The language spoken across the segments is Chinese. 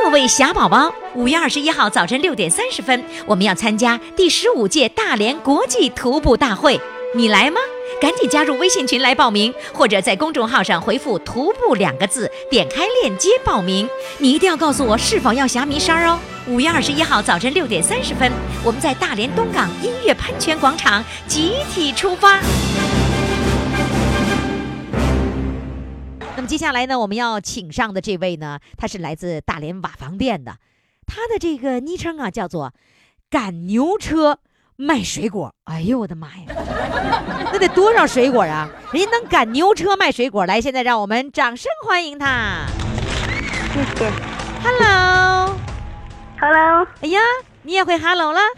各位小宝宝，5月21号早晨6点30分，我们要参加第15届大连国际徒步大会，你来吗？赶紧加入微信群来报名，或者在公众号上回复"徒步"2个字，点开链接报名。你一定要告诉我是否要虾米衫哦。5月21号早晨6点30分，我们在大连东港音乐喷泉广场集体出发。那么接下来呢，我们要请上的这位呢，他是来自大连瓦房店的，他的这个昵称啊叫做赶牛车卖水果。哎呦我的妈呀，那得多少水果啊，人家能赶牛车卖水果。来，现在让我们掌声欢迎他。 谢谢。 Hello。 哎呀，你也会 Hello 了？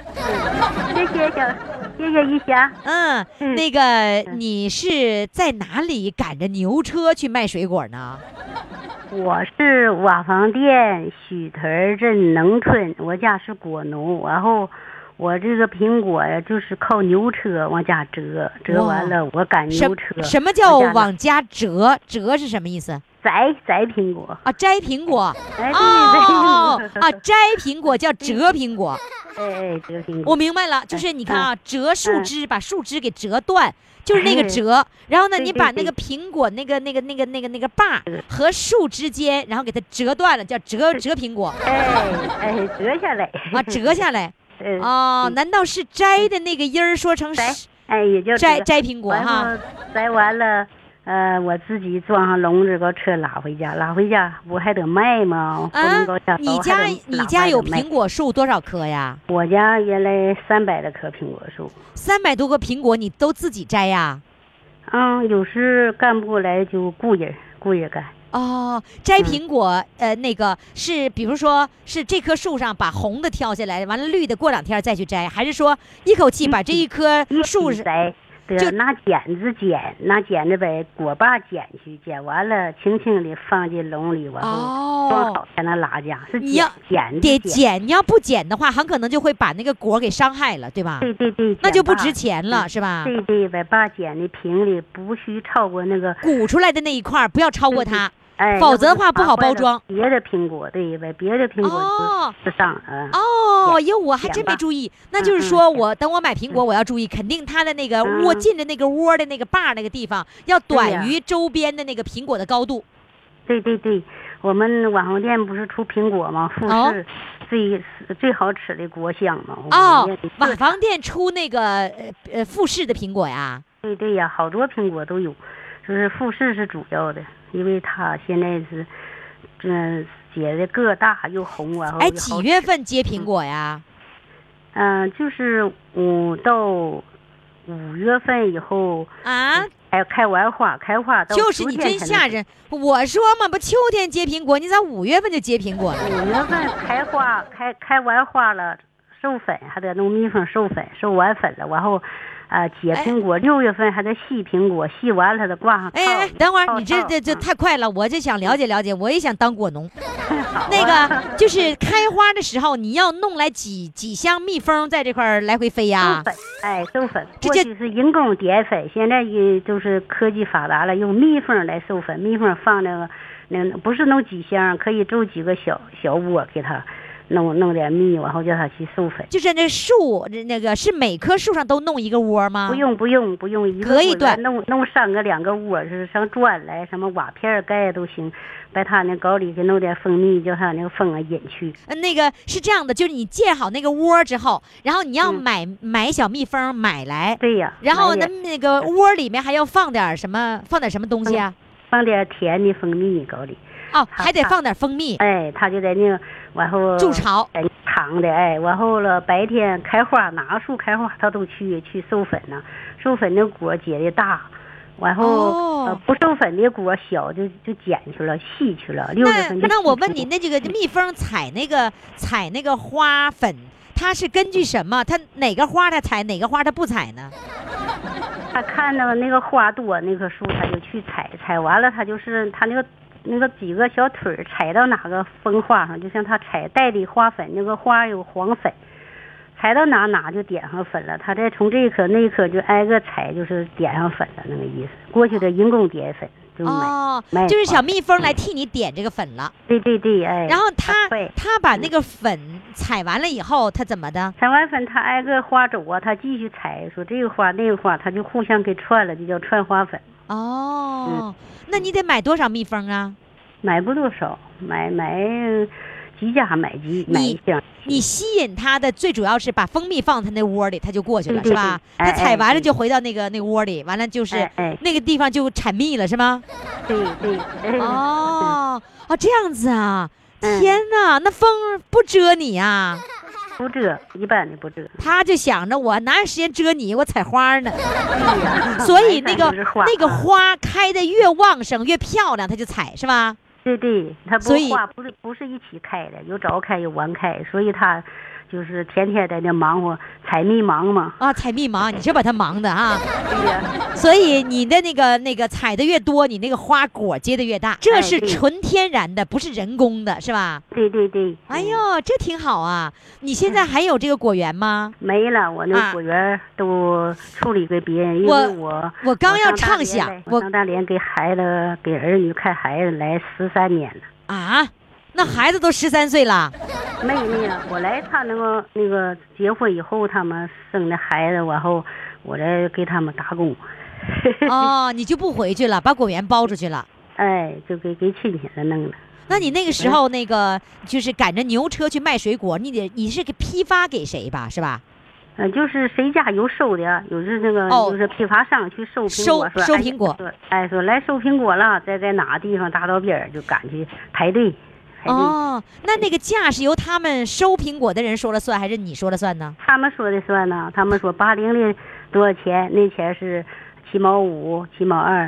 谢谢一下。 那个你是在哪里赶着牛车去卖水果呢？ 我是瓦房店许屯镇农村，我家是果农，然后我这个苹果呀，就是靠牛车往家折，折完了我赶牛车。 什么叫往家折？折是什么意思？ 摘苹果啊，摘苹果。摘苹果叫折苹果。 折苹果。 我明白了，就是你看啊，折树枝，把树枝给折断，就是那个折。然后呢，你把那个苹果那个把和树之间，然后给它折断了，叫折苹果。 折下来啊，折下来。难道是摘的那个音儿说成是？ 也就摘苹果哈。 摘完了。我自己装上笼子，把车拉回家，不还得卖吗？ 你家有苹果树多少棵呀？ 我家原来300多棵苹果树 ，300多个苹果你都自己摘呀？ 有时干不过来就雇人干。 摘苹果，那个是，比如说是这棵树上把红的挑下来，完了绿的过2天再去摘，还是说一口气把这一棵树摘？就拿剪子把果把剪去，剪完了轻轻的放进笼里，然后装好才能拉家。是你要剪，你要不剪的话，很可能就会把那个果给伤害了，对吧？ 对， 那就不值钱了，是吧？ 对，把剪的平的，不需超过那个鼓出来的那一块，不要超过它。否则的话不好包装。 别的苹果，对呗，别的苹果不上我还真没注意。那就是说等我买苹果，我要注意，肯定它的那个窝进的那个窝的那个把那个地方要短于周边的那个苹果的高度。 对，我们网红店不是出苹果吗？富士最好吃的果香嘛。 瓦房店出那个富士的苹果呀？ 对呀，好多苹果都有，就是富士是主要的。因为它现在是，结的个大又红啊。 几月份结苹果呀？ 就是5到5月份以后啊。开完花，到就是你真吓人！我说嘛，不秋天结苹果，你咋5月份就结苹果了 ？5月份开花，开完花了，授粉，还得弄蜜蜂授粉，授完粉了，然后。结苹果，6月份还得洗苹果，洗完了它得挂上套。 等会儿你这太快了，我就想了解，我也想当果农。那个就是开花的时候，你要弄来几箱蜜蜂在这块来回飞呀？ 授粉。过去是人工点粉，现在就是科技发达了，用蜜蜂来授粉。蜜蜂放那不是弄几箱，可以做几个小窝给它。弄点蜜，然后叫它去授粉。 就是那树，那个是每棵树上都弄一个窝吗？ 不用，一个可以断， 弄3个2个窝，是上砖来，什么瓦片盖都行。把它那膏里给弄点蜂蜜，叫它那个风引去。 那个是这样的，就是你建好那个窝之后，然后你要买小蜜蜂买来。 对呀。 然后那个窝里面还要放点什么东西啊？ 放点甜的蜂蜜膏里。 还得放点蜂蜜。 它就在那，然后筑巢藏的，然后了白天开花，哪个树开花，它都去授粉呢。授粉的果结的大，然后不授粉的果小就剪去了，细去了。6月份就。 那我问你，那这个蜜蜂采那个花粉，它是根据什么？它哪个花它采，哪个花它不采呢？ 他看到那个花多那棵树，他就去采完了，他就是他那个几个小腿踩到哪个蜂花上，就像他带的花粉，那个花有黄粉，踩到哪就点上粉了。他再从这一颗那一颗就挨个踩，就是点上粉了那个意思。过去的人工点粉。 就买。 哦， 买就是小蜜蜂来替你点这个粉了。 对对对，哎。 然后他快把那个粉采完了以后，他怎么的？ 采完粉，他挨个花走啊，他继续采，说这个花那个花，他就互相给串了，就叫串花粉。 哦，那你得买多少蜜蜂啊？ 买不多少，买几家买一箱。 你吸引他的最主要是把蜂蜜放他那窝里，他就过去了， 对是吧？ 他采完了就回到那个窝里，完了就是那个地方就产蜜了，是吗？ 对对。 哦，这样子啊！天哪，那蜂不蛰你啊？ 不蛰，一般的不蛰。 他就想着我哪有时间蛰你，我采花呢。所以那个花开的越旺盛越漂亮，他就采，是吧？ 对对，它花不是一起开的，有早开有晚开，所以它就是天天在那忙活采蜜忙嘛。 啊，采蜜忙，你这把它忙的啊。 对呀。 所以你的那个采的越多，你那个花果结的越大，这是纯天然的，不是人工的，是吧？ 对对对。 哎呦，这挺好啊！你现在还有这个果园吗？ 没了，我那果园都处理给别人，因为我刚要畅想， 我上大连给孩子给儿女看孩子来13年了。 啊，那孩子都13岁了。 没有，我来他那个结婚以后，他们生的孩子，然后我再给他们打工。 哦，你就不回去了，把果园包出去了。 哎，就给亲戚了弄了。 那你那个时候就是赶着牛车去卖水果，你是给批发给谁吧，是吧？ 就是谁家有收的，有时那个就是批发商去收苹果， 收苹果。 说来收苹果了，在哪个地方大道边就赶去排队。 哦，那个价是由他们收苹果的人说了算，还是你说了算呢？ 他们说的算呢，他们说80的多少钱，那钱是7毛5、7毛2。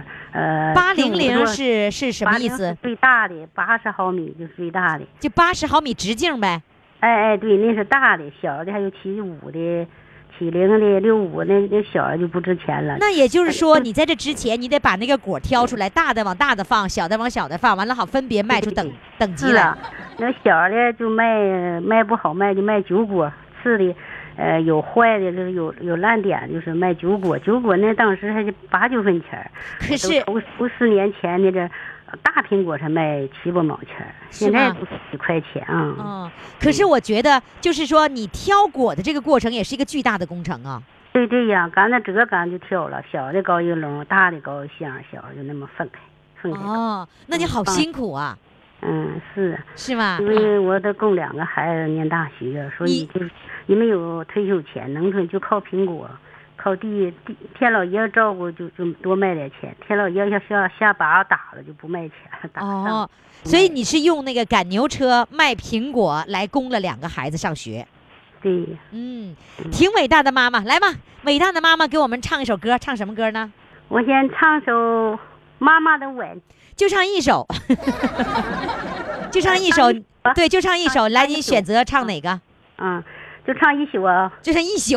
800是什么意思？ 最大的80毫米就是最大的， 就80毫米直径呗。 哎，对，那是大的，小的还有75的、70的、65那小的就不值钱了。 那也就是说，你在这之前，你得把那个果挑出来，大的往大的放，小的往小的放，完了好分别卖出等级来。 那小的就卖不好卖，就卖9果，次的。有坏的，就是有烂点，就是卖9果，9果那当时还是8、9分钱。 可是头4年前的这大苹果才卖7、8毛钱，现在都几块钱啊。 嗯，可是我觉得就是说，你挑果的这个过程也是一个巨大的工程啊。 对对呀，赶那折赶就挑了，小的高一笼，大的高一箱，小的就那么分开。 哦，那你好辛苦啊。 是吗？ 因为我得供2个孩子念大学，所以就是也没有退休钱，农村就靠苹果，靠地天老爷照顾就多卖点钱，天老爷要下把打了就不卖钱。 哦，所以你是用那个赶牛车卖苹果来供了2个孩子上学。 对， 挺伟大的妈妈，来吧，伟大的妈妈给我们唱一首歌，唱什么歌呢？ 我先唱首《妈妈的吻》。 就唱一首，就唱一首，对，就唱一首。来，你选择唱哪个？ 就唱一宿啊， 就唱一宿。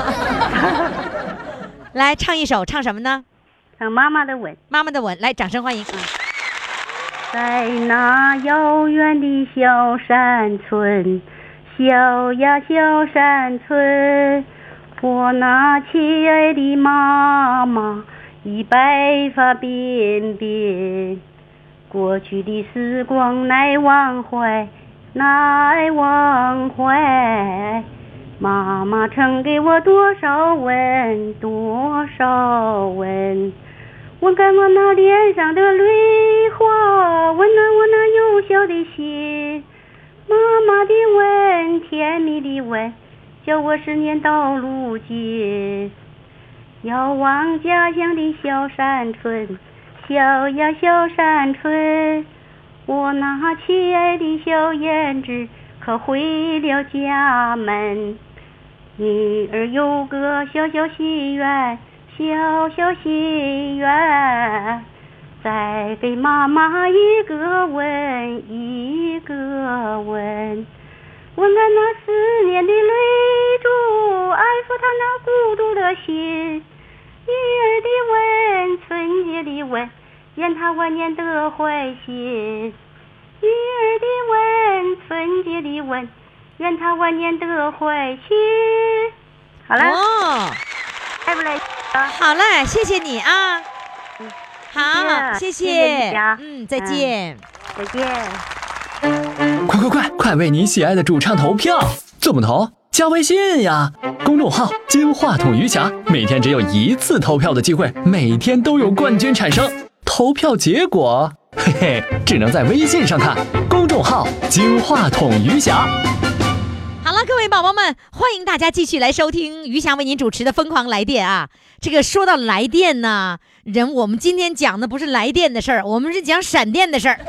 来，唱一首，唱什么呢？ 唱《妈妈的吻》。 妈妈的吻，来，掌声欢迎。 在那遥远的小山村，小呀小山村，我那亲爱的妈妈已白发翩翩，过去的时光难忘怀，难忘怀。妈妈曾给我多少吻，多少吻，吻干我那脸上的泪花，温暖我那幼小的心。妈妈的吻，甜蜜的吻，叫我思念到如今。遥望家乡的小山村，小呀小山村，我那亲爱的小燕子可回了家门。女儿有个小小心愿，小小心愿，再给妈妈一个吻，一个吻，吻干那思念的泪珠，安抚她那孤独的心。女儿的吻，纯洁的吻，愿她万年得欢心。女儿的吻，纯洁的吻，愿她万年得欢心。好了，来不来？ 好嘞，谢谢你啊。 好，谢谢你家， 再见， 再见。 快为你喜爱的主唱投票！怎么投？加微信呀，公众号金话筒余霞，每天只有一次投票的机会，每天都有冠军产生。投票结果，嘿嘿，只能在微信上看。公众号金话筒余霞。 好了，各位宝宝们，欢迎大家继续来收听余霞为您主持的《疯狂来电》啊！这个说到来电呢，我们今天讲的不是来电的事儿，我们是讲闪电的事儿。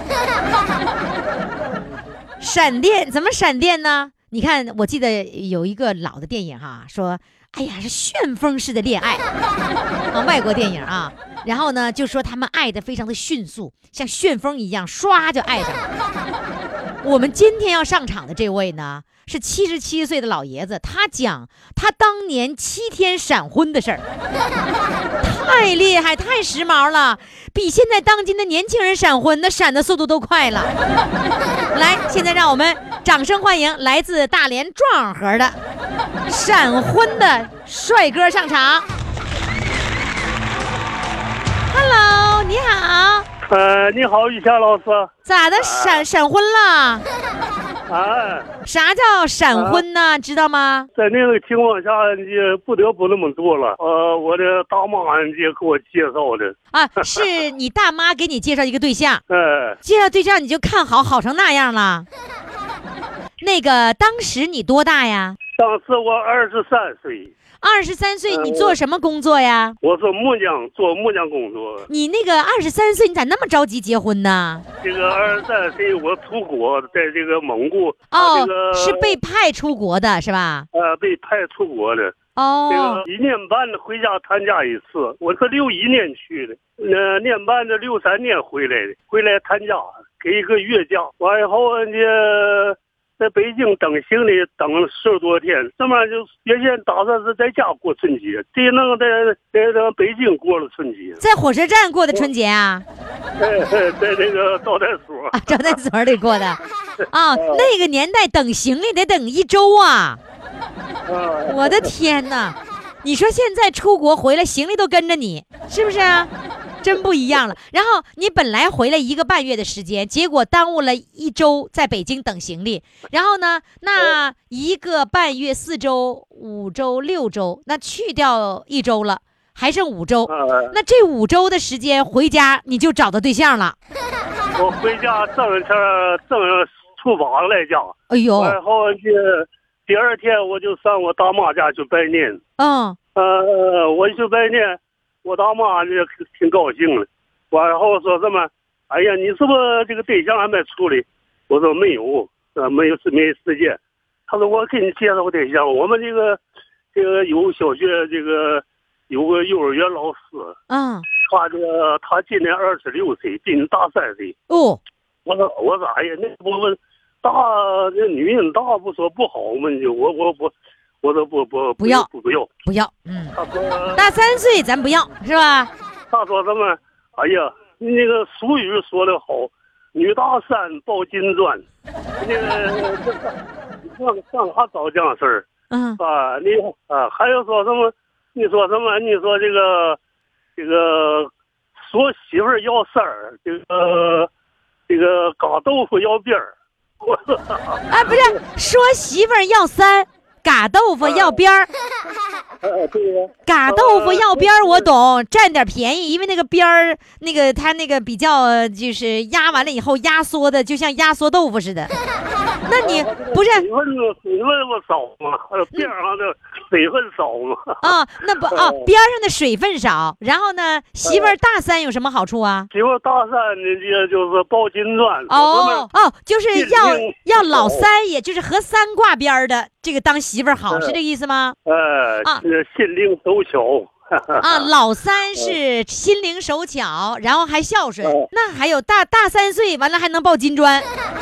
闪电怎么闪电呢？你看，我记得有一个老的电影哈，说，哎呀，是旋风式的恋爱啊，外国电影啊。然后呢，就说他们爱的非常的迅速，像旋风一样，唰就爱上了。我们今天要上场的这位呢，是77岁的老爷子，他讲他当年7天闪婚的事儿，太厉害，太时髦了，比现在当今的年轻人闪婚那闪的速度都快了。来，现在让我们掌声欢迎来自大连壮河的闪婚的帅哥上场。Hello， 你好。 你好，于霞老师。 咋的？闪婚了？ 啊？ 啥叫闪婚呢？知道吗？ 在那个情况下，你不得不那么做了。我的大妈你给我介绍的。 啊，是你大妈给你介绍一个对象。 介绍对象你就看好成那样了。那个当时你多大呀？ 当时我23岁。 23岁，你做什么工作呀？ 我做木匠工作。 你那个23岁，你咋那么着急结婚呢？ 这个23岁我出国，在这个蒙古。 是被派出国的是吧？ 被派出国的。 这个1年半回家参加一次，我是61年去的，年半的63年回来参加，给一个月假，完以后在北京等行李等了10多天，这么就原先打算是在家过春节，这弄在北京过了春节， 在火车站过的春节啊？ 在那个招待所招待所里过的啊。那个年代等行李得等1周啊！我的天哪！你说现在出国回来行李都跟着你，是不是啊？真不一样了。然后你本来回来1个半月的时间，结果耽误了1周在北京等行李。然后呢，那1个半月4周、5周、6周，那去掉1周了，还剩5周。那这5周的时间回家你就找到对象了？ 我回家正出发来家。 哎呦！ 然后第2天我就上我大妈家去拜年。我去拜年。我大妈就挺高兴了，然后说什么？哎呀，你是不是这个对象还没处理？我说没有，没时间。他说我给你介绍个对象，我们这个有小学有个幼儿园老师，他今年26岁，比你大3岁。 哦， 我说哎呀，那我们那女人大不说不好嘛，我说不要。他说大3岁咱不要是吧？ 他说什么？哎呀，那个俗语说得好，女大3抱金砖。那个上哪找这样事儿？还有说什么？你说什么？你说这个说媳妇要3儿，这个嘎豆腐要边儿。 不是说媳妇要3。嘎豆腐要边儿，嘎豆腐要边儿，我懂，占点便宜，因为那个边儿，它那个比较就是压完了以后压缩的，就像压缩豆腐似的。那你不是水分不少吗？边上的水分少吗？ 边上的水分少。然后呢，媳妇儿大3有什么好处啊？ 媳妇儿大3呢，就是抱金砖。 就是要老3，也就是和3挂边的这个当媳妇儿好，是这个意思吗？ 心灵手巧。 老3是心灵手巧，然后还孝顺。那还有大3岁，完了还能抱金砖。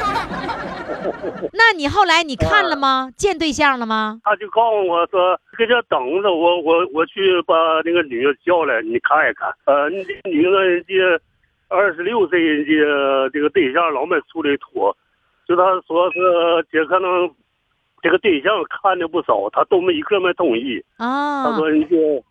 那你后来你看了吗？见对象了吗？ 他就告诉我说，搁这等着我去把那个女的叫来，你看一看。你这女的这26岁，这个对象老没处理妥，就他说是这可能这个对象看的不少，他都一个没同意。他说你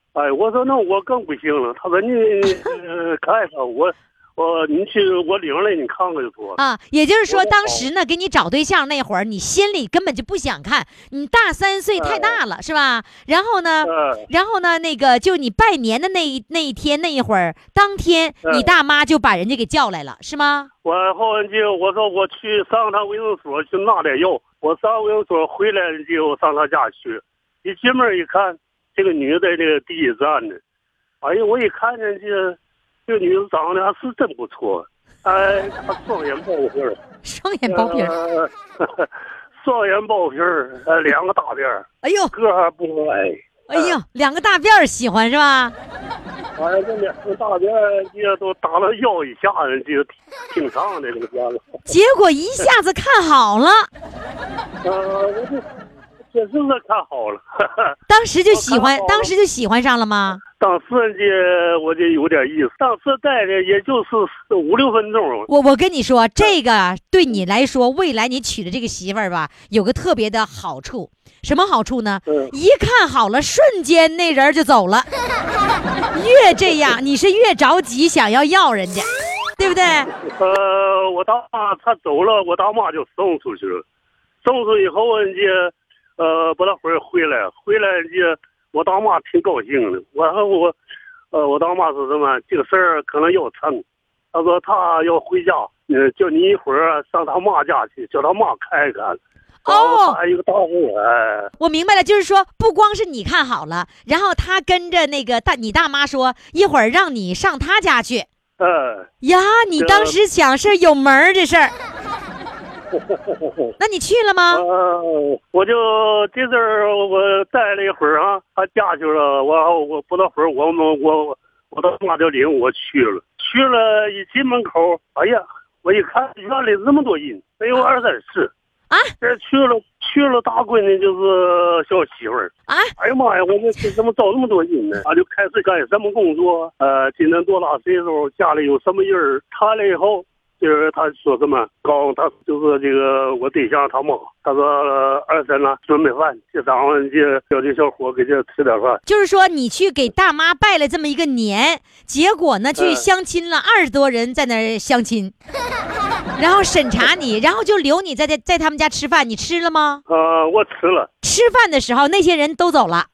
哎，我说那我更不行了。他说你看看你去我领来你看看就说啊。也就是说，当时呢给你找对象那会儿，你心里根本就不想看，你大3岁太大了，是吧？然后呢，那个就你拜年的那一天那一会儿，当天你大妈就把人家给叫来了，是吗？ 我说我去上趟卫生所去拿点药，我上卫生所回来就上他家去，一进门一看，这个女的在那个地下站呢，哎呀，我一看见这个女的长得还是真不错，哎，她双眼包皮儿， 双眼包皮儿， 双眼包皮儿，2个大辫儿， 哎呦， 个还不矮， 哎呦，2个大辫儿喜欢是吧？ 哎，这2个大辫儿也都打了腰一下子，就挺长的这个辫子。 结果一下子看好了， 我就确实是看好了， 当时就喜欢上了吗？ 当时我就有点意思，当时待的也就是5、6分钟。 我跟你说，这个对你来说，未来你娶的这个媳妇儿吧，有个特别的好处，什么好处呢？一看好了，瞬间那人就走了。越这样，你是越着急想要人家，对不对？ 我大妈她走了，我大妈就送出去了，送出以后人家不大会儿回来我大妈挺高兴的。我大妈说什么这个事儿可能要成，她说她要回家，叫你一会儿上她妈家去，叫她妈看一看。还有一个大户， 我明白了，就是说不光是你看好了，然后他跟着那个你大妈说一会儿让你上他家去。呀，你当时想是有门儿这事儿。那你去了吗？ 我就这阵儿我待了一会儿啊，他家去了，我不大会儿我大妈就领我去了，一进门口，哎呀，我一看原来这么多人，得有20、30啊！这去了大闺女就是小媳妇儿啊！哎呀妈呀，我这怎么招那么多人呢？他就开始干什么工作？今年多大岁数？家里有什么人？谈了以后。就是他说什么，告诉他就是这个我对象他妈，他说二婶呢准备饭，这早上就叫这小伙给这吃点饭。 就是说你去给大妈拜了这么一个年，结果呢去相亲了20多人在那儿相亲，然后审查你，然后就留你在他们家吃饭，你吃了吗？ 我吃了。 吃饭的时候那些人都走了。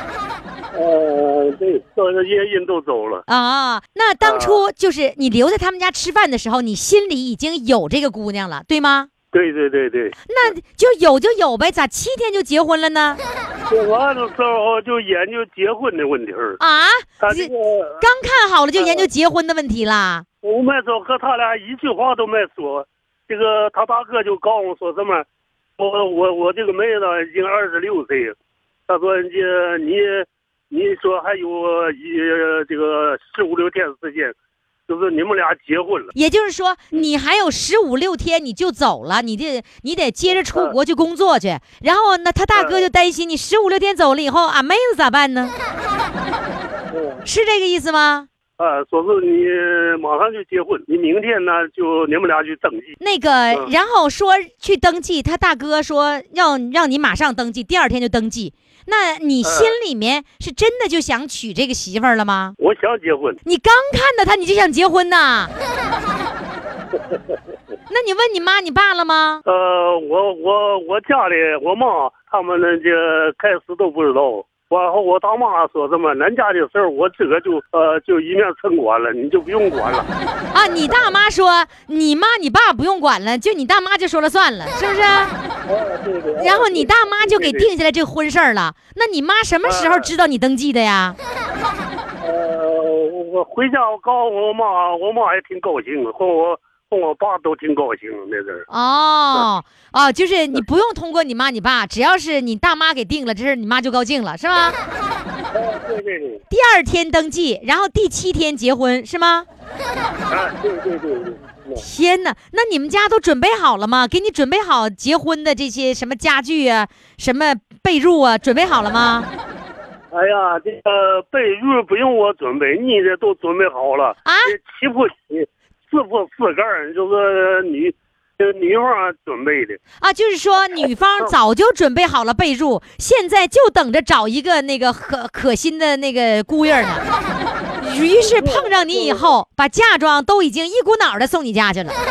对，这些人都走了啊。那当初就是你留在他们家吃饭的时候，你心里已经有这个姑娘了，对吗？ 对。 那就有呗，咋7天就结婚了呢？ 结完的时候就研究结婚的问题啊。刚看好了就研究结婚的问题啦。 我没说和他俩一句话都没说，这个他大哥就告诉我说什么，我这个妹子已经26岁，他说你说还有这个15、16天时间，就是你们俩结婚了。 也就是说，你还有15、16天你就走了，你得接着出国去工作去。然后呢，他大哥就担心你15、16天走了以后，俺妹子咋办呢？是这个意思吗？ 说是你马上就结婚，你明天呢就你们俩去登记。 那个，然后说去登记，他大哥说让你马上登记，第2天就登记。那你心里面是真的就想娶这个媳妇儿了吗？ 我想结婚。 你刚看到他你就想结婚呐？那你问你妈你爸了吗？ 我家里我妈他们那开始都不知道。然后我大妈说什么，咱家的事儿我这个就一面城管了，你就不用管了。 啊，你大妈说你妈你爸不用管了，就你大妈就说了算了，是不是？ 对。 然后你大妈就给定下来这个婚事儿了。那你妈什么时候知道你登记的呀？ 我回家我告诉我妈也挺高兴的，和我爸都挺高兴那阵儿。 就是你不用通过你妈你爸，只要是你大妈给定了这事，你妈就高兴了，是吗？ 对。 第2天登记，然后第7天结婚，是吗？ 对。 天哪，那你们家都准备好了吗？给你准备好结婚的这些什么家具啊，什么被褥啊，准备好了吗？ 哎呀，这个被褥不用我准备，你这都准备好了啊？7铺起，4铺4盖，就是这女方准备的啊，就是说女方早就准备好了被褥，现在就等着找一个那个可心的那个姑爷呢。于是碰上你以后，把嫁妆都已经一股脑的送你家去了。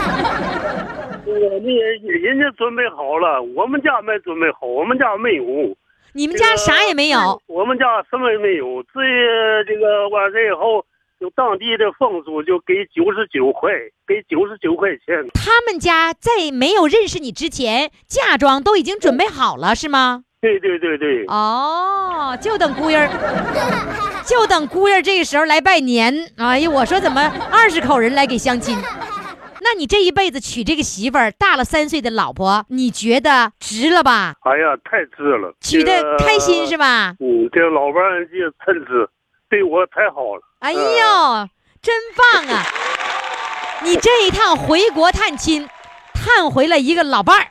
人家准备好了，我们家没准备好，我们家没有。 你们家啥也没有？ 我们家什么也没有。至于这个完事以后，就当地的风俗就给99块，给99块钱。 他们家在没有认识你之前，嫁妆都已经准备好了，是吗？ 对对对对。 哦，就等姑爷，就等姑爷这个时候来拜年。哎呀，我说怎么20口人来给相亲？那你这一辈子娶这个媳妇儿，大了3岁的老婆，你觉得值了吧？ 哎呀，太值了， 娶的开心是吧？ 这老伴儿就称职，对我太好了。 哎呦，真棒啊！你这一趟回国探亲，探回了一个老伴儿。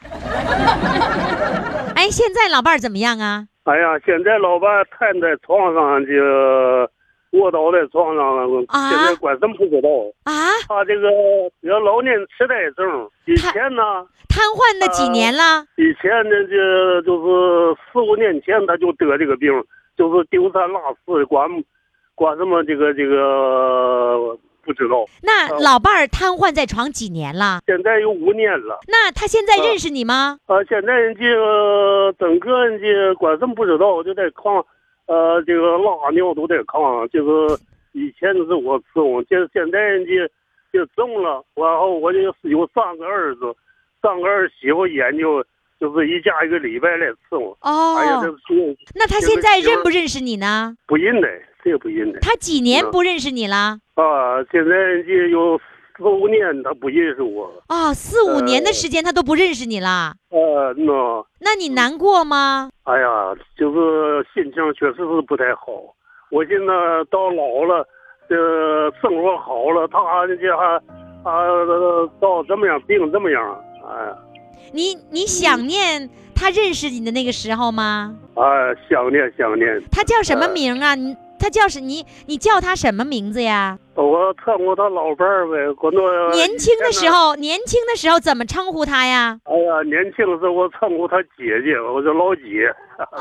哎，现在老伴儿怎么样啊？ 哎呀，现在老伴儿瘫在床上就。卧倒在床上了，现在管什么不知道啊？他这个老年痴呆症，以前呢瘫痪了几年了？ 以前呢就是4、5年前他就得这个病，就是丢三落四，管什么这个不知道。 那老伴儿瘫痪在床几年了？ 现在有5年了。 那他现在认识你吗？ 现在人家整个人家管什么不知道，就在炕。这个拉尿都在炕，就是以前是我伺候，现在人家就中了，然后我就有3个儿子，3个儿媳妇研究，就是一家1个礼拜来伺候。 哦， 哎呀， 那他现在认不认识你呢？ 不认得，这个不认得。 他几年不认识你了？ 现在人家有4、5年，他不认识我。 4、5年的时间，他都不认识你了。那你难过吗？ 哎呀，就是心情确实是不太好。我现在到老了，生活好了，他家还到怎么样，病怎么样？哎呀， 你想念他认识你的那个时候吗？ 想念。 他叫什么名啊？他叫你叫他什么名字呀？ 我称呼他老伴儿呗。 年轻的时候怎么称呼他呀？ 哎呀，年轻的时候我称呼他姐姐，我叫老姐。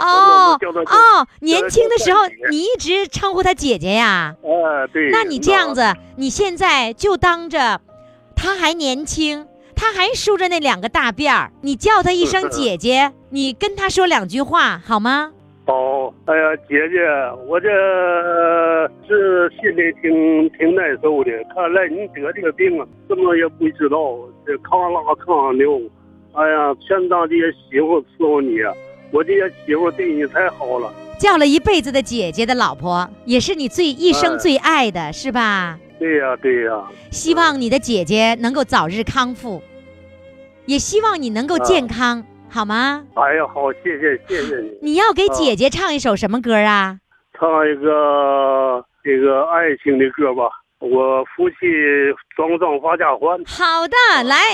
年轻的时候你一直称呼他姐姐呀？ 对。 那你这样子，你现在就当着他还年轻，他还梳着那2个大辫儿，你叫他一声姐姐，你跟他说2句话好吗？ 哎呀，姐姐，我这是心里挺难受的。看来你得这个病啊，怎么也不知道，这炕拉炕溜，哎呀，全当这些媳妇伺候你啊！我这些媳妇对你太好了， 叫了一辈子的姐姐的老婆，也是你一生最爱的，是吧？ 对呀。 希望你的姐姐能够早日康复，也希望你能够健康。好吗？ 哎呀，好，谢谢你。 你要给姐姐唱一首什么歌啊？ 唱一个这个爱情的歌吧。我夫妻双发家欢。 好的，来。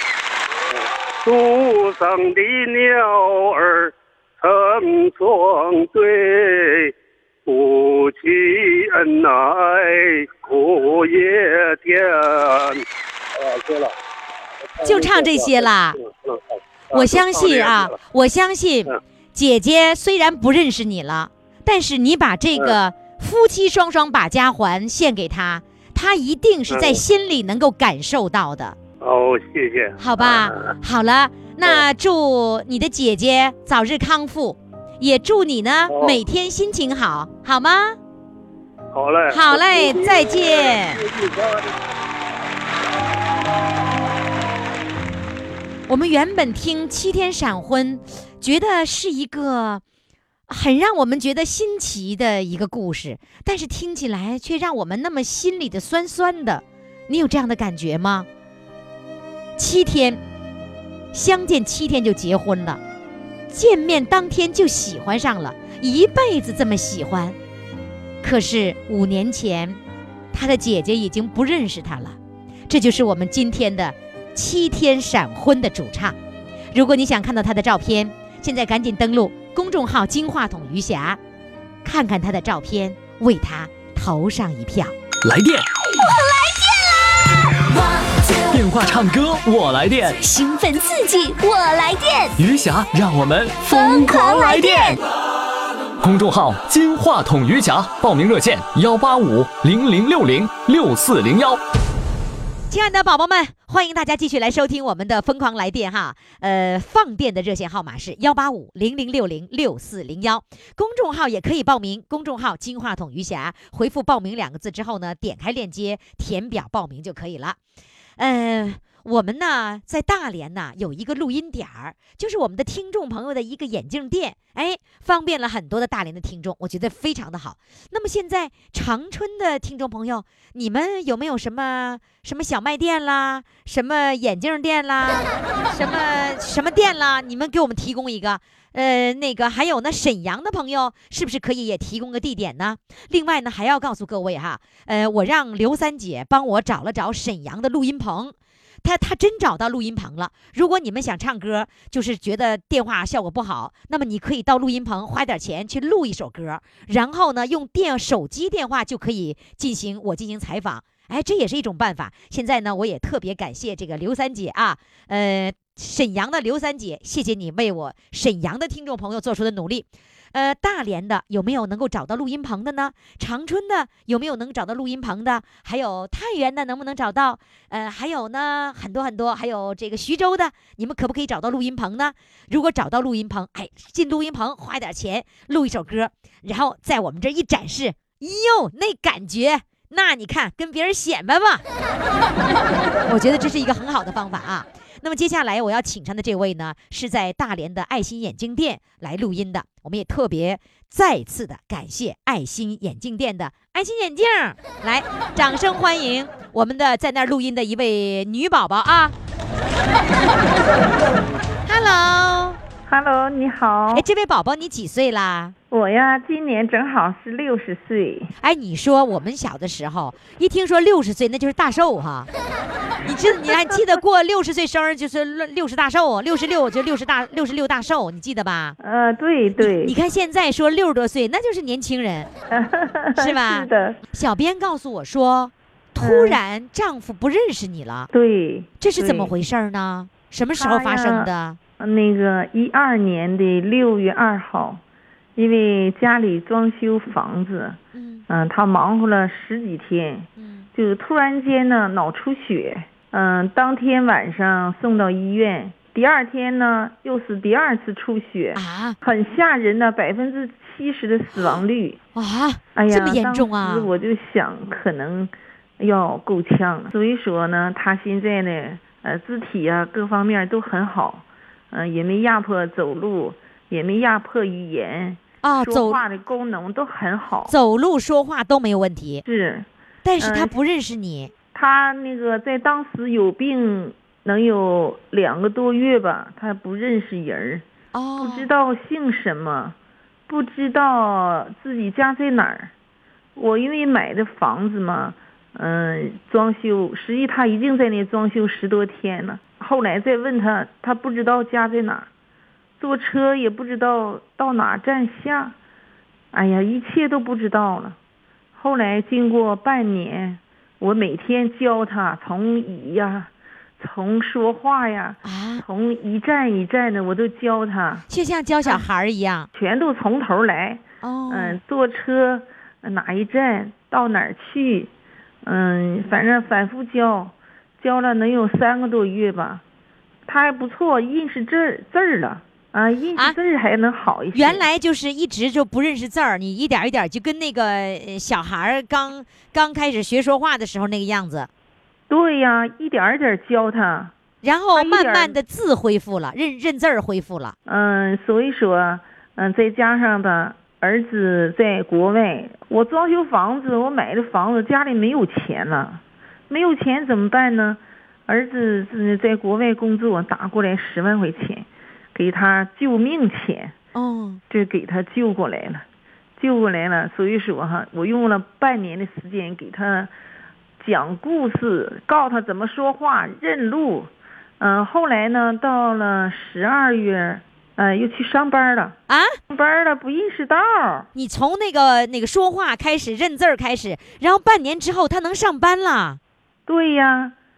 树上的鸟儿成双对，夫妻恩爱苦也甜。对了。 就唱这些啦。我相信姐姐虽然不认识你了，但是你把这个夫妻双把家还献给她，她一定是在心里能够感受到的。 谢谢。 好吧，好了，那祝你的姐姐早日康复，也祝你呢每天心情好，好吗？好嘞，再见。我们原本听7天闪婚，觉得是一个很让我们觉得新奇的一个故事，但是听起来却让我们那么心里的酸酸的。你有这样的感觉吗？7天相见7天就结婚了，见面当天就喜欢上了，一辈子这么喜欢。可是5年前，他的姐姐已经不认识他了。这就是我们今天的7天闪婚的主唱。如果你想看到他的照片，现在赶紧登录公众号金话筒余霞，看看他的照片，为他投上一票。 来电， 我来电啦！ 电话唱歌我来电， 兴奋刺激我来电， 余霞让我们疯狂来电。公众号金话筒余霞，报名热线18500606401。 亲爱的宝宝们，欢迎大家继续来收听我们的疯狂来电哈。放电的热线号码是18500606401，公众号也可以报名，公众号金话筒余霞，回复报名2个字之后呢，点开链接填表报名就可以了。我们呢在大连呢有一个录音点儿，就是我们的听众朋友的一个眼镜店，方便了很多的大连的听众，我觉得非常的好。那么现在长春的听众朋友，你们有没有什么小卖店啦，什么眼镜店啦，什么店啦，你们给我们提供一个。还有呢，沈阳的朋友是不是可以也提供个地点呢？另外呢，还要告诉各位哈，我让刘三姐帮我找了找沈阳的录音棚。他真找到录音棚了。如果你们想唱歌，就是觉得电话效果不好，那么你可以到录音棚花点钱去录一首歌，然后呢用手机电话就可以进行采访。这也是一种办法。现在呢，我也特别感谢这个刘三姐啊，沈阳的刘三姐，谢谢你为我沈阳的听众朋友做出的努力。大连的有没有能够找到录音棚的呢？长春的有没有能找到录音棚的？还有太原的能不能找到？还有呢，很多很多，还有这个徐州的，你们可不可以找到录音棚呢？如果找到录音棚，进录音棚花点钱录一首歌，然后在我们这一展示，哟，那感觉，那你看跟别人显摆吧。我觉得这是一个很好的方法啊。那么接下来我要请上的这位呢，是在大连的爱心眼镜店来录音的。我们也特别再次的感谢爱心眼镜店的爱心眼镜，来，掌声欢迎我们的在那儿录音的一位女宝宝啊。 Hello， 你好。 这位宝宝你几岁啦？ 我呀，今年正好是60岁。 你说我们小的时候一听说60岁那就是大寿哈。你还记得过60岁生日就是60大寿，66就66大寿，你记得吧？ 对。 你看现在说60多岁那就是年轻人，是吧？ 是的。 小编告诉我说，突然丈夫不认识你了。 对。 这是怎么回事呢？什么时候发生的？ 那个12年的6月2号，因为家里装修房子，他忙活了10几天，就突然间呢脑出血，当天晚上送到医院，第2天呢又是第2次出血啊，很吓人的，70%的死亡率啊！这么严重啊！ 当时我就想可能要够呛了，所以说呢，他现在呢，肢体啊各方面都很好。也没压迫走路，也没压迫语言啊，说话的功能都很好， 走路说话都没有问题。 是， 但是他不认识你。 他那个在当时有病能有2个多月吧，他不认识人，不知道姓什么，不知道自己家在哪儿。我因为买的房子嘛，装修，实际他已经在那装修10多天了。后来再问他，他不知道家在哪儿，坐车也不知道到哪站下，一切都不知道了。后来经过半年，我每天教他从椅呀，从说话呀，从一站一站的我都教他， 就像教小孩一样， 全都从头来。坐车哪一站到哪儿去，反正反复教了能有3个多月吧，他还不错，认识字儿了啊，认识字儿还能好一些。 原来就是一直就不认识字儿，你一点一点就跟那个小孩刚开始学说话的时候那个样子。 对呀，一点一点教他， 然后慢慢的字恢复了，认字儿恢复了。 所以说，再加上吧，儿子在国外，我装修房子，我买的房子，家里没有钱了。没有钱怎么办呢？儿子在国外工作，打过来10万块钱，给他救命钱。这给他救过来了。所以说哈，我用了半年的时间给他讲故事，告诉他怎么说话，认路。后来呢，到了12月，又去上班了啊！上班了不认识道。 你从那个说话开始，认字儿开始，然后半年之后他能上班了。 对呀，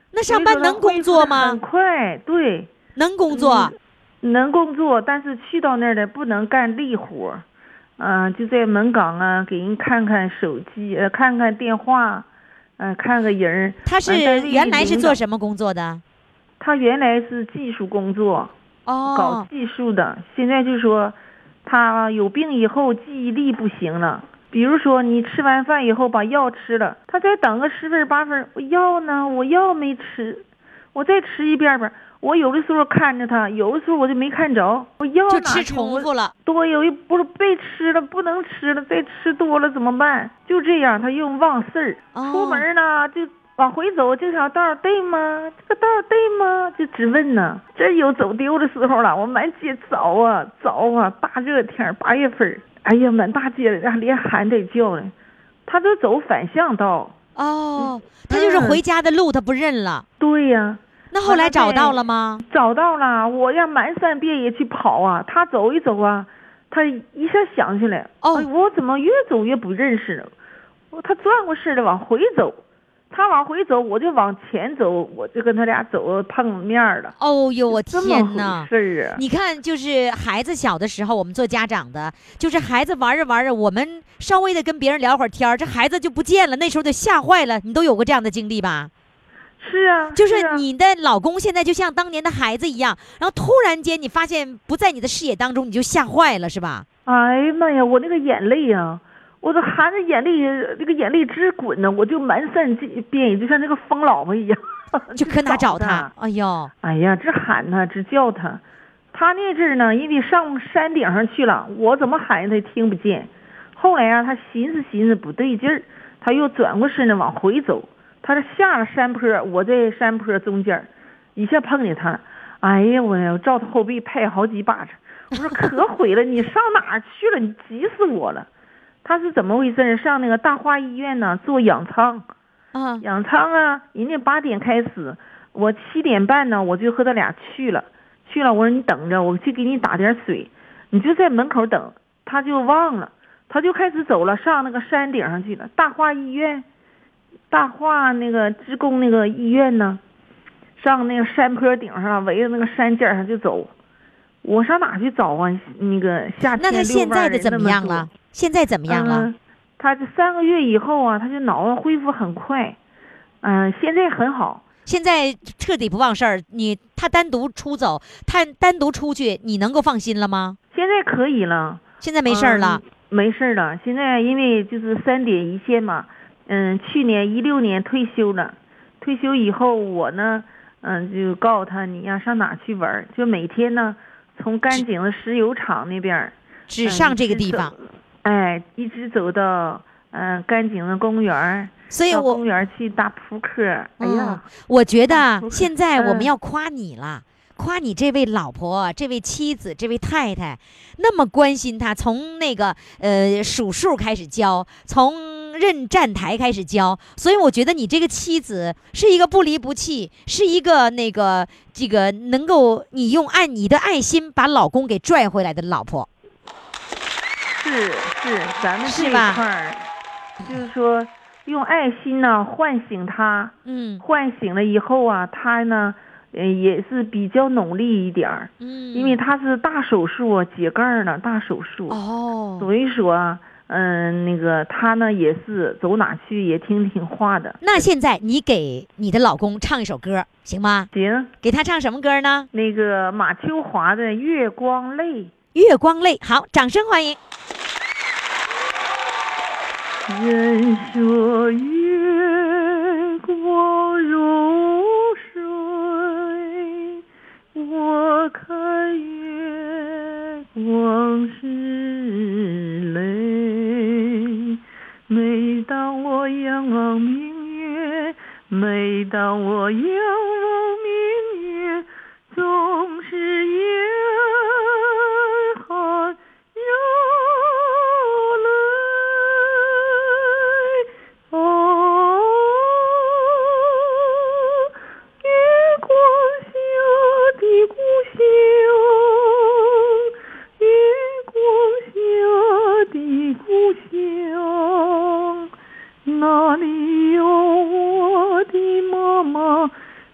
那上班能工作吗？ 很快，对， 能工作， 能工作，但是去到那儿的不能干力活，就在门岗啊，给人看看手机，看看电话，看个人。 他是原来是做什么工作的？ 他原来是技术工作，搞技术的。现在就说他有病以后记忆力不行了。比如说你吃完饭以后把药吃了，他再等个10分8分，我药呢？我药没吃，我再吃一遍吧。我有的时候看着他，有的时候我就没看着，我药就吃重复了。 对，不是被吃了，不能吃了，再吃多了怎么办？就这样，他又忘事儿。出门呢就往回走，这条道对吗？这个道对吗？就直问呢。真有走丢的时候了，我满街找啊，大热天8月份，哎呀，满大街连喊带叫的，他都走反向道。 他就是回家的路他不认了。 对呀。 那后来找到了吗？ 找到了，我要满山遍野去跑啊，他走一走啊，他一下想起来，我怎么越走越不认识了？他转过身来往回走，他往回走，我就往前走，我就跟他俩走碰面了。 哦呦，我天哪！ 这么回事啊！ 你看，就是孩子小的时候，我们做家长的，就是孩子玩着玩着，我们稍微的跟别人聊会儿天，这孩子就不见了，那时候就吓坏了。你都有过这样的经历吧？ 是啊， 就是你的老公现在就像当年的孩子一样，然后突然间你发现不在你的视野当中，你就吓坏了，是吧？ 哎呀妈呀，我那个眼泪啊，我都含着眼泪，那个眼泪直滚呢，我就满山遍野，就像那个疯老婆一样， 就搁哪找他？哎呀，直喊他，直叫他。他那阵儿呢，因为上山顶上去了，我怎么喊他也听不见。后来啊，他寻思不对劲儿，他又转过身呢往回走。他是下了山坡，我在山坡中间，一下碰见他了。哎呀，我照他后背拍好几巴掌。我说可毁了，你上哪儿去了？你急死我了。他是怎么回事？上那个大华医院呢做养仓。养仓啊，人家8点开始，我7点半呢我就和他俩去了。我说你等着，我去给你打点水，你就在门口等。他就忘了，他就开始走了，上那个山顶上去了。大华医院。大化那个职工那个医院呢，上那个山坡顶上，围着那个山尖上就走。我上哪去找啊？那个夏天那他现在的怎么样了？现在怎么样了？ 他这3个月以后啊，他就脑子恢复很快，现在很好。 现在彻底不忘事儿。他单独出走，他单独出去，你能够放心了吗？ 现在可以了， 现在没事了， 没事了。现在因为就是3点一线嘛。去年16年退休了，退休以后我呢，就告诉他你呀上哪去玩，就每天呢从甘井的石油厂那边， 只上这个地方， 一直走到甘井的公园， 所以我公园去打扑克。哎呀， 我觉得现在我们要夸你了。夸你这位老婆、这位妻子、这位太太，那么关心他，从那个数数开始教，从认站台开始教，所以我觉得你这个妻子是一个不离不弃，是一个这个能够你用你的爱心把老公给拽回来的老婆。 是，咱们这一块儿，就是说用爱心呢唤醒他，唤醒了以后啊，他呢。也是比较努力一点儿，因为他是大手术解盖了，大手术所以说那个他呢也是走哪去也听话的。 那现在你给你的老公唱一首歌行吗？ 行， 给他唱什么歌呢？ 那个马秋华的《月光泪》。 月光泪，好，掌声欢迎。 人说月光如我看月光是泪，每当我仰望明月，每当我仰望明月，总是眼含热泪。哪里有我的妈妈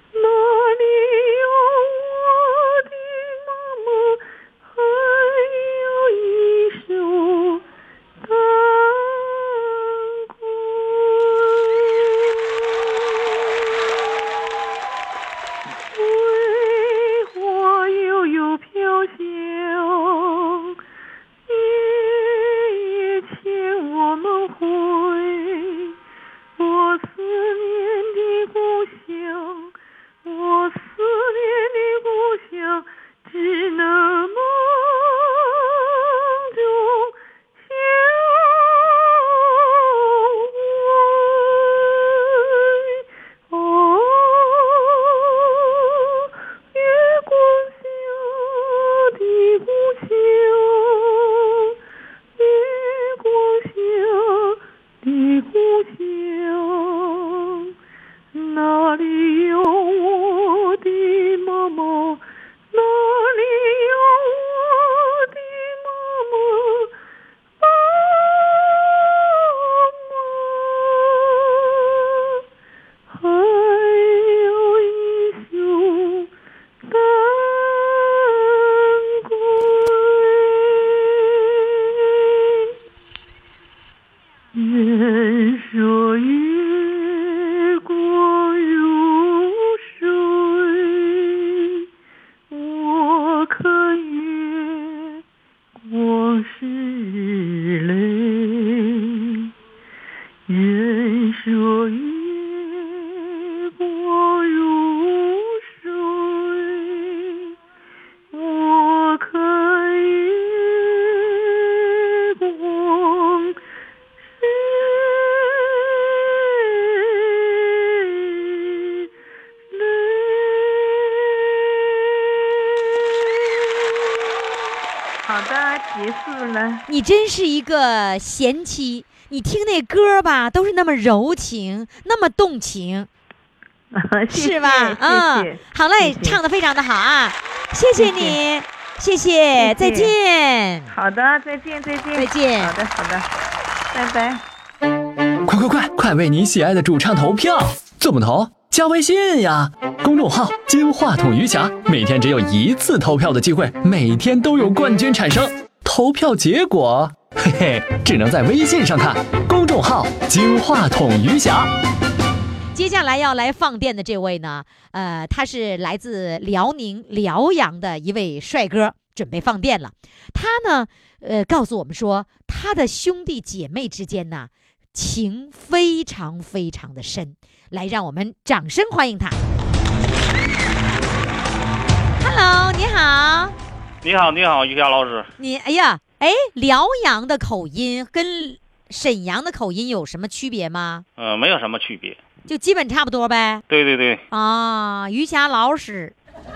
好的，结束了。 你真是一个贤妻，你听那歌吧，都是那么柔情，那么动情，是吧？好嘞，唱得非常的好啊，谢谢你，谢谢，再见。 好的，再见。好的，拜拜。 快为你喜爱的主唱投票！怎么投？加微信呀，公众号金话筒余霞，每天只有一次投票的机会，每天都有冠军产生。投票结果，只能在微信上看。公众号金话筒余霞。 接下来要来放电的这位呢，他是来自辽宁辽阳的一位帅哥，准备放电了。他呢，告诉我们说，他的兄弟姐妹之间呢，情非常非常的深。来，让我们掌声欢迎他。Hello， 你好。 你好，于霞老师。 辽阳的口音跟沈阳的口音有什么区别吗？ 没有什么区别， 就基本差不多呗。 对。 于霞老师。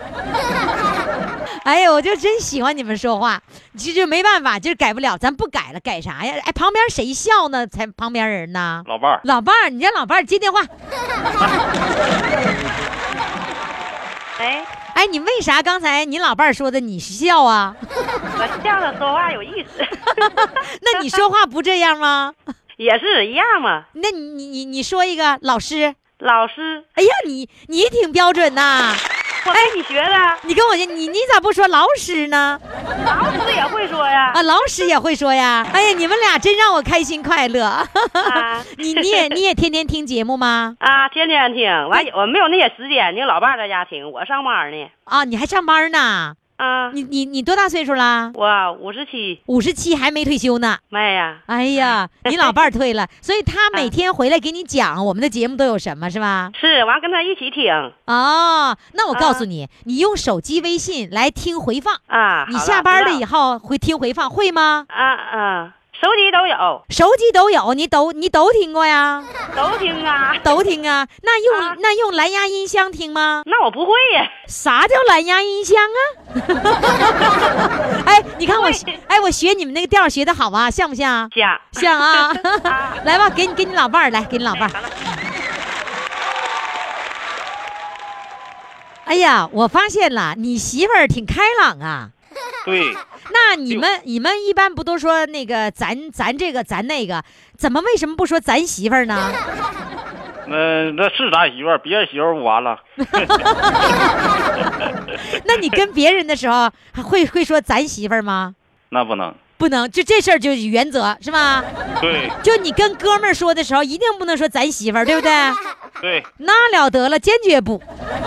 哎呦，我就真喜欢你们说话，其实没办法，就是改不了，咱不改了，改啥呀？哎，旁边谁笑呢？才旁边人呢？ 老伴儿，你让老伴儿接电话。哎，你为啥刚才你老伴儿说的你笑啊？ 我笑着说话有意思。 那你说话不这样吗？ 也是一样嘛。 那你说一个老师。哎呀，你挺标准呐。 我跟你学的。 你跟我学，你咋不说老师呢？ 老师也会说呀。 老师也会说呀。哎呀，你们俩真让我开心快乐。你也天天听节目吗？ 天天听。完，我没有那些时间，你老伴在家听，我上班呢。 你还上班呢？你多大岁数了？ 我57。 57还没退休呢。 没呀。 哎呀，你老伴儿退了，所以他每天回来给你讲我们的节目都有什么，是吧？ 是，完跟他一起听。 那我告诉你，你用手机微信来听回放你下班了以后会听回放，会吗？ 手机都有，你都听过呀？ 都听啊。 那用蓝牙音箱听吗？ 那我不会呀。 啥叫蓝牙音箱啊？哎，你看我学你们那个调学的好啊，像不像？像啊。来吧，给你老伴儿来，给你老伴儿。哎呀，我发现了，你媳妇儿挺开朗啊。 对。 那你们一般不都说那个咱这个咱那个，为什么不说咱媳妇儿呢？ 那是咱媳妇儿，别人媳妇儿不完了。 那你跟别人的时候会说咱媳妇儿吗？ 那不能， 就这事儿就是原则是吧？ 对。 就你跟哥们儿说的时候，一定不能说咱媳妇儿，对不对？ 对。 那了得了，坚决不。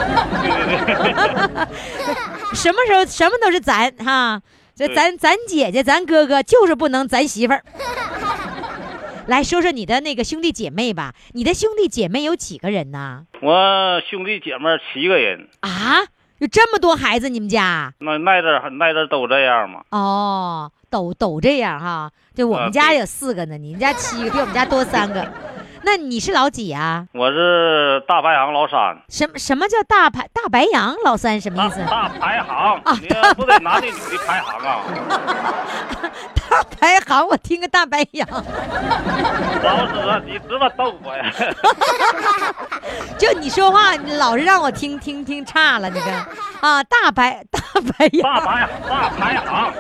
什么时候什么都是咱哈。这咱姐姐咱哥哥就是不能咱媳妇儿。来说说你的那个兄弟姐妹吧，你的兄弟姐妹有几个人呢？ 我兄弟姐妹7个人。 有这么多孩子，你们家？ 那阵都这样嘛。 都这样哈。就我们家有4个呢，你们家7个，比我们家多3个。那你是老几啊？ 我是大排行老3。 什么叫大白羊老3？什么意思？ 大排行你不得男的女的排行啊？ 大排行，我听个大白羊。 老师，你知道逗我呀？ 就你说话，你老是让我听差了，你看大白羊。 大排行。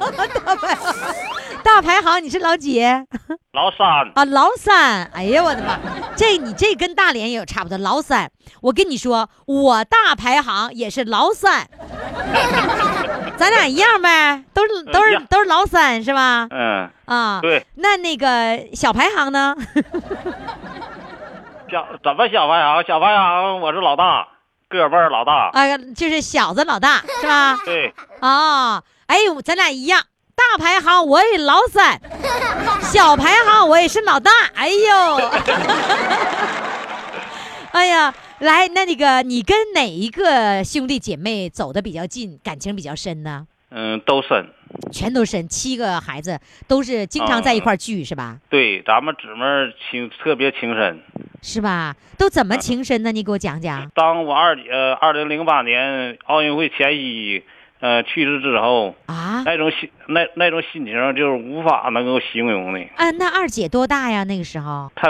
大排行，你是老几？ 老3。 老3。哎呀，我的妈！你这跟大连也有差不多，老3。我跟你说，我大排行也是老3。咱俩一样呗，都是老3是吧？ 对。 那个小排行呢？ 怎么小排行？小排行我是老大，个辈儿老大。 就是小子老大是吧？ 对。 哎呦，咱俩一样。大排行我也老3，小排行我也是老大。哎呦，哎呀，来，那个你跟哪一个兄弟姐妹走得比较近，感情比较深呢？ 都深， 全都深。7个孩子都是经常在一块聚，是吧？ 对，咱们姊妹特别情深， 是吧？都怎么情深呢？你给我讲讲。 当我2008年奥运会前夕， 去世之后啊， 那种心情就是无法能够形容的。 那二姐多大呀？那个时候才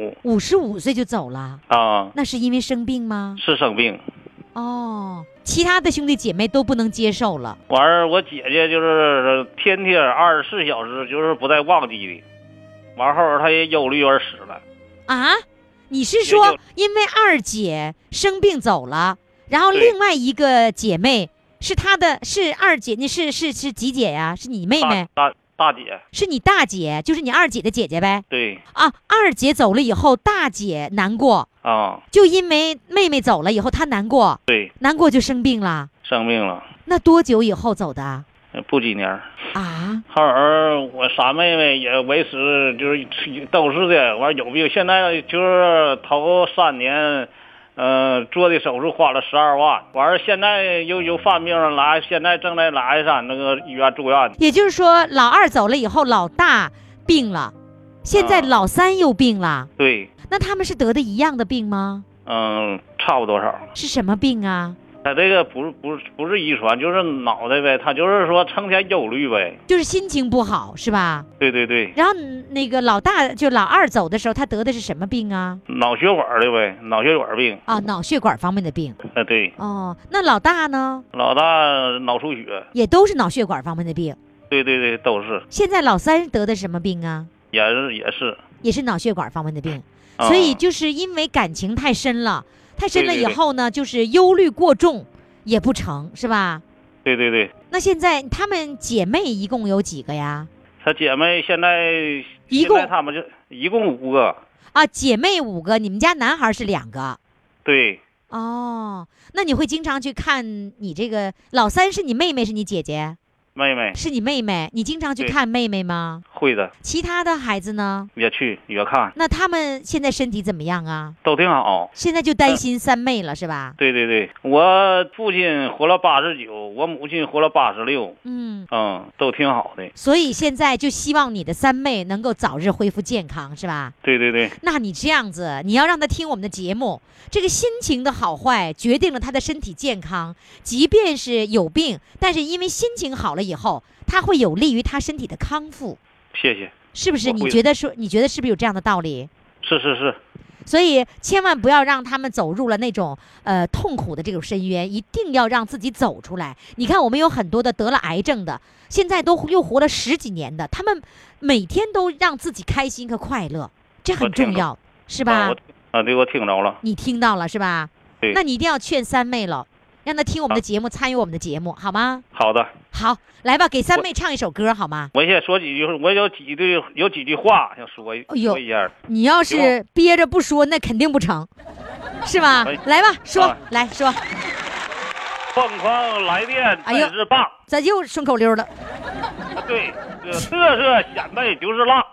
55岁就走了啊？ 那是因为生病吗？ 是生病。 哦，其他的兄弟姐妹都不能接受了。 完我姐姐就是天天24小时就是不带忘记的，完后她也忧虑而死了。 啊？你是说因为二姐生病走了，然后另外一个姐妹是她的，是二姐，你是几姐呀？是你妹妹？ 大姐。 是你大姐，就是你二姐的姐姐呗？ 对。 啊，二姐走了以后，大姐难过啊，就因为妹妹走了以后，她难过。 对。 难过就生病了。那多久以后走的？ 不几年啊。 后来我三妹妹也维持就是都是的，完有病，现在就是头3年。做的手术花了12万，完了现在又犯病了，来现在正在拉萨山那个医院住院。 也就是说，老二走了以后，老大病了，现在老三又病了。 对。 那他们是得的一样的病吗？ 差不多少。 是什么病啊？ 他这个不是遗传，就是脑袋呗，他就是说成天忧虑呗， 就是心情不好是吧？ 对对对。 然后那个老大就老二走的时候，他得的是什么病啊？ 脑血管的呗，脑血管病啊，脑血管方面的病。 对。 哦，那老大呢？ 老大脑出血， 也都是脑血管方面的病。 对对对，都是。 现在老三得的什么病啊？ 也是脑血管方面的病，所以就是因为感情太深了。太深了以后呢，就是忧虑过重也不成，是吧？ 对对对。 那现在她们姐妹一共有几个呀？ 她姐妹现在她们就一共5个啊，姐妹5个，你们家男孩是2个。 对。 哦，那你会经常去看你这个老三是你妹妹是你姐姐？ 妹妹。 是你妹妹，你经常去看妹妹吗？ 会的。 其他的孩子呢？ 也去也看。 那他们现在身体怎么样啊？ 都挺好。 现在就担心三妹了是吧？ 对对对，我父亲活了89，我母亲活了86。都挺好的。 所以现在就希望你的三妹能够早日恢复健康是吧？ 对对对。 那你这样子，你要让她听我们的节目，这个心情的好坏决定了她的身体健康。即便是有病，但是因为心情好了以后，它会有利于她身体的康复。 谢谢。 是不是？你觉得是不是有这样的道理？ 是。 所以千万不要让他们走入了那种痛苦的这种深渊，一定要让自己走出来。你看我们有很多的得了癌症的，现在都又活了10几年的，他们每天都让自己开心和快乐，这很重要，是吧？ 对，我听着了。 你听到了是吧？ 对。 那你一定要劝三妹了，让她听我们的节目，参与我们的节目，好吗？ 好的。 好，来吧，给三妹唱一首歌好吗？ 我先说几句，我有几句话想说一下。 你要是憋着不说，那肯定不成，是吧？来吧，说，来说。 凤凰来电真是棒， 咋又顺口溜了？ 对，色显摆就是浪，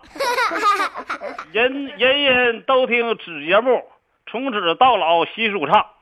人都听此节目，从此到老习舒畅。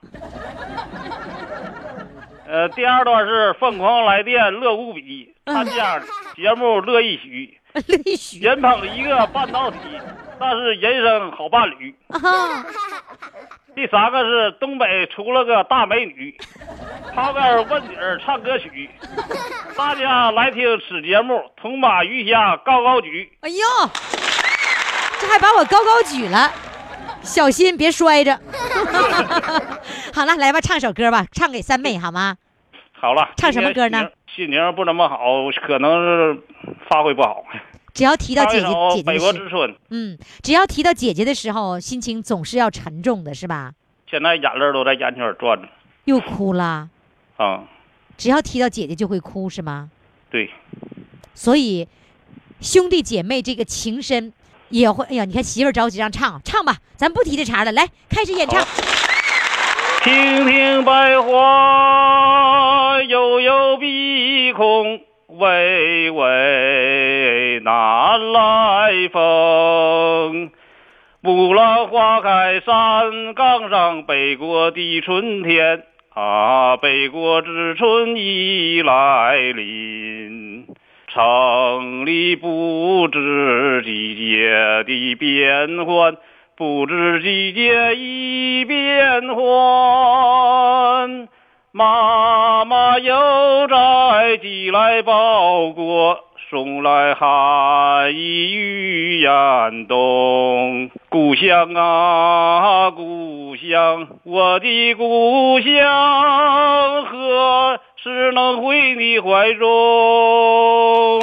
第2段是凤凰来电乐无比，参加节目乐一许，人捧一个半导体，那是人生好伴侣。第3个是东北出了个大美女，刨根问底唱歌曲，大家来听此节目，铜马鱼虾高高举。 哎呦，这还把我高高举了，小心别摔着。好了，来吧，唱首歌吧，唱给三妹好吗？ 好了。 唱什么歌呢？ 心情不怎么好，可能是发挥不好。 只要提到姐姐北国之春。 只要提到姐姐的时候，心情总是要沉重的，是吧？ 现在眼泪都在眼圈转着。 又哭了。只要提到姐姐就会哭，是吗？ 对。 所以兄弟姐妹这个情深也会。哎呀，你看媳妇着急让唱吧，咱不提这茬了，来开始演唱。 听听百花悠悠碧空，微微南来风。木兰花开山岗上，北国的春天啊，北国之春已来临。城里不知季节的变换，不知季节已变换，马妈妈邮债寄来包裹，送来寒意与严冬。故乡啊故乡，我的故乡，何时能回你怀中？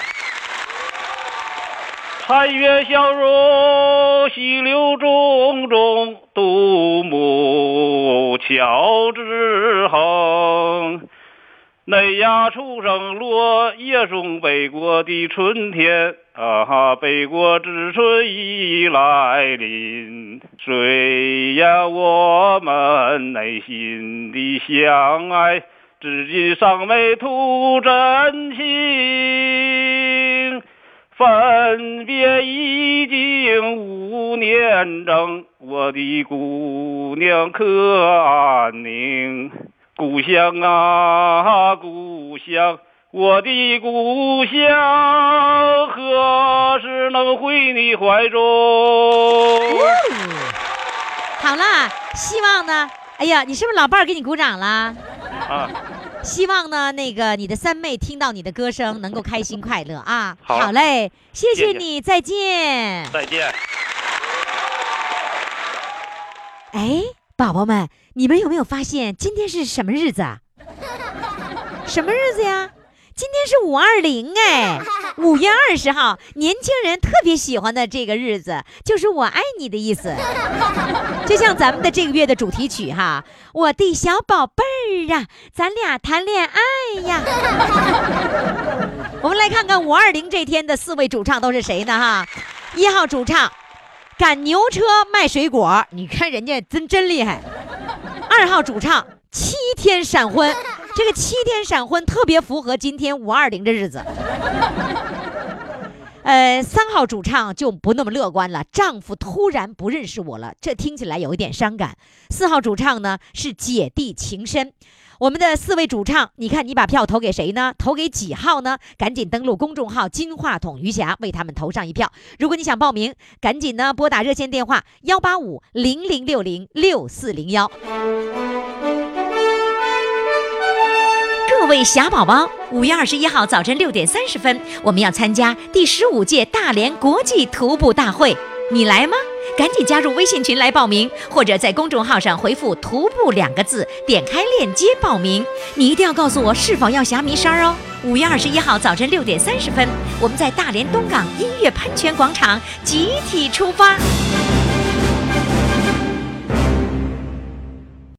残月笑容，溪流种种，独木桥之横。嫩芽初生落叶中，北国的春天啊，北国之春已来临。虽然我们内心的相爱，至今尚没吐真情。分别已经5年整，我的姑娘可安宁？故乡啊故乡，我的故乡，何时能回你怀中？ 好啦，希望呢，哎呀，你是不是老伴儿给你鼓掌了？ 啊， 希望呢，那个你的三妹听到你的歌声能够开心快乐啊！ 好嘞，谢谢你，再见。 再见。 哎，宝宝们，你们有没有发现今天是什么日子啊？什么日子呀？今天是520哎，5月20号，年轻人特别喜欢的这个日子，就是我爱你的意思。就像咱们的这个月的主题曲哈，我的小宝贝儿啊，咱俩谈恋爱呀。我们来看看520这天的4位主唱都是谁呢哈？1号主唱赶牛车卖水果，你看人家真厉害。2号主唱7天闪婚，这个7天闪婚特别符合今天520这日子。3号主唱就不那么乐观了，丈夫突然不认识我了，这听起来有一点伤感。4号主唱呢是姐弟情深。我们的4位主唱，你看你把票投给谁呢？投给几号呢？赶紧登录公众号金话筒余霞，为他们投上一票。如果你想报名，赶紧呢拨打热线电话18500606401。各位小宝宝，5月21号早晨6点30分，我们要参加第15届大连国际徒步大会，你来吗？赶紧加入微信群来报名，或者在公众号上回复徒步2个字，点开链接报名。你一定要告诉我是否要霞迷衫哦。5月21号早晨6点30分，我们在大连东港音乐喷泉广场集体出发。